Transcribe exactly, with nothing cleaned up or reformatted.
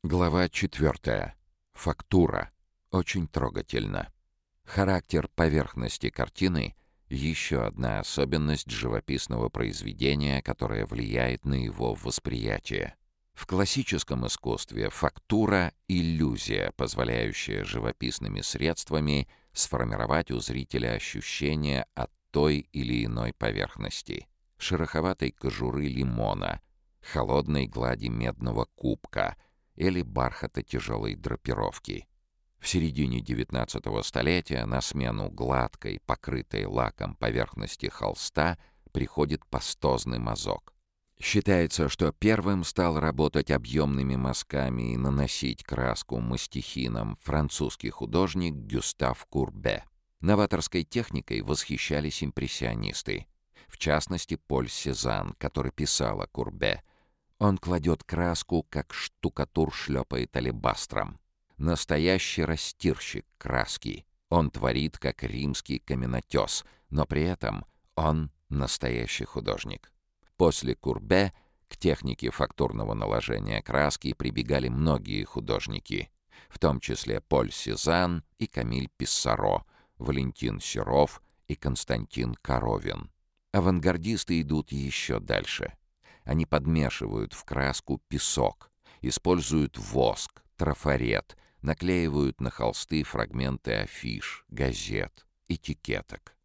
Глава четвертая. Фактура. Очень трогательно. Характер поверхности картины — еще одна особенность живописного произведения, которая влияет на его восприятие. В классическом искусстве фактура — иллюзия, позволяющая живописными средствами сформировать у зрителя ощущение от той или иной поверхности. Шероховатой кожуры лимона, холодной глади медного кубка — или бархата тяжелой драпировки. В середине девятнадцатого столетия на смену гладкой, покрытой лаком поверхности холста приходит пастозный мазок. Считается, что первым стал работать объемными мазками и наносить краску мастихином французский художник Гюстав Курбе. Новаторской техникой восхищались импрессионисты, в частности Поль Сезанн, который писал о Курбе: «Он кладет краску, как штукатур шлепает алебастром. Настоящий растирщик краски. Он творит, как римский каменотес, но при этом он настоящий художник». После Курбе к технике фактурного наложения краски прибегали многие художники, в том числе Поль Сезанн и Камиль Писсаро, Валентин Серов и Константин Коровин. Авангардисты идут еще дальше. Они подмешивают в краску песок, используют воск, трафарет, наклеивают на холсты фрагменты афиш, газет, этикеток.